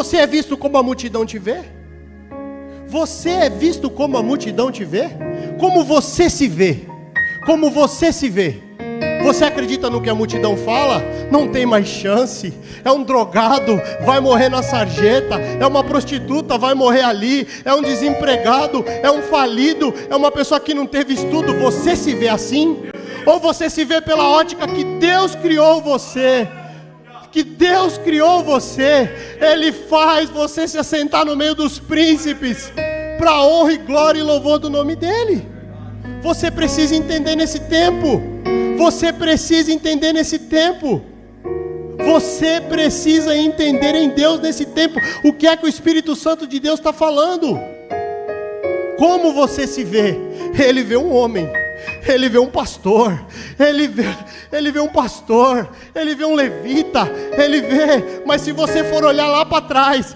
Você é visto como a multidão te vê? Você é visto como a multidão te vê? Como você se vê? Como você se vê? Você acredita no que a multidão fala? Não tem mais chance. É um drogado, vai morrer na sarjeta. É uma prostituta, vai morrer ali. É um desempregado, é um falido, é uma pessoa que não teve estudo. Você se vê assim? Ou você se vê pela ótica que Deus criou você? Que Deus criou você. Ele faz você se assentar no meio dos príncipes, para a honra e glória e louvor do nome dEle. Você precisa entender nesse tempo. Você precisa entender nesse tempo. Você precisa entender em Deus nesse tempo o que é que o Espírito Santo de Deus está falando. Como você se vê? Ele vê um homem, ele vê um pastor, ele vê um pastor, ele vê um levita, ele vê. Mas se você for olhar lá para trás,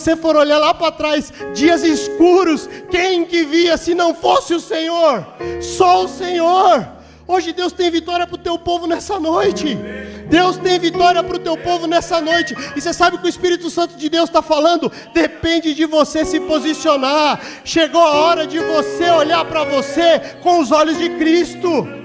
dias escuros, quem que via se não fosse o Senhor? Só o Senhor. Hoje Deus tem vitória para o teu povo nessa noite. Deus tem vitória para o teu povo nessa noite. E você sabe o que o Espírito Santo de Deus está falando? Depende de você se posicionar. Chegou a hora de você olhar para você com os olhos de Cristo.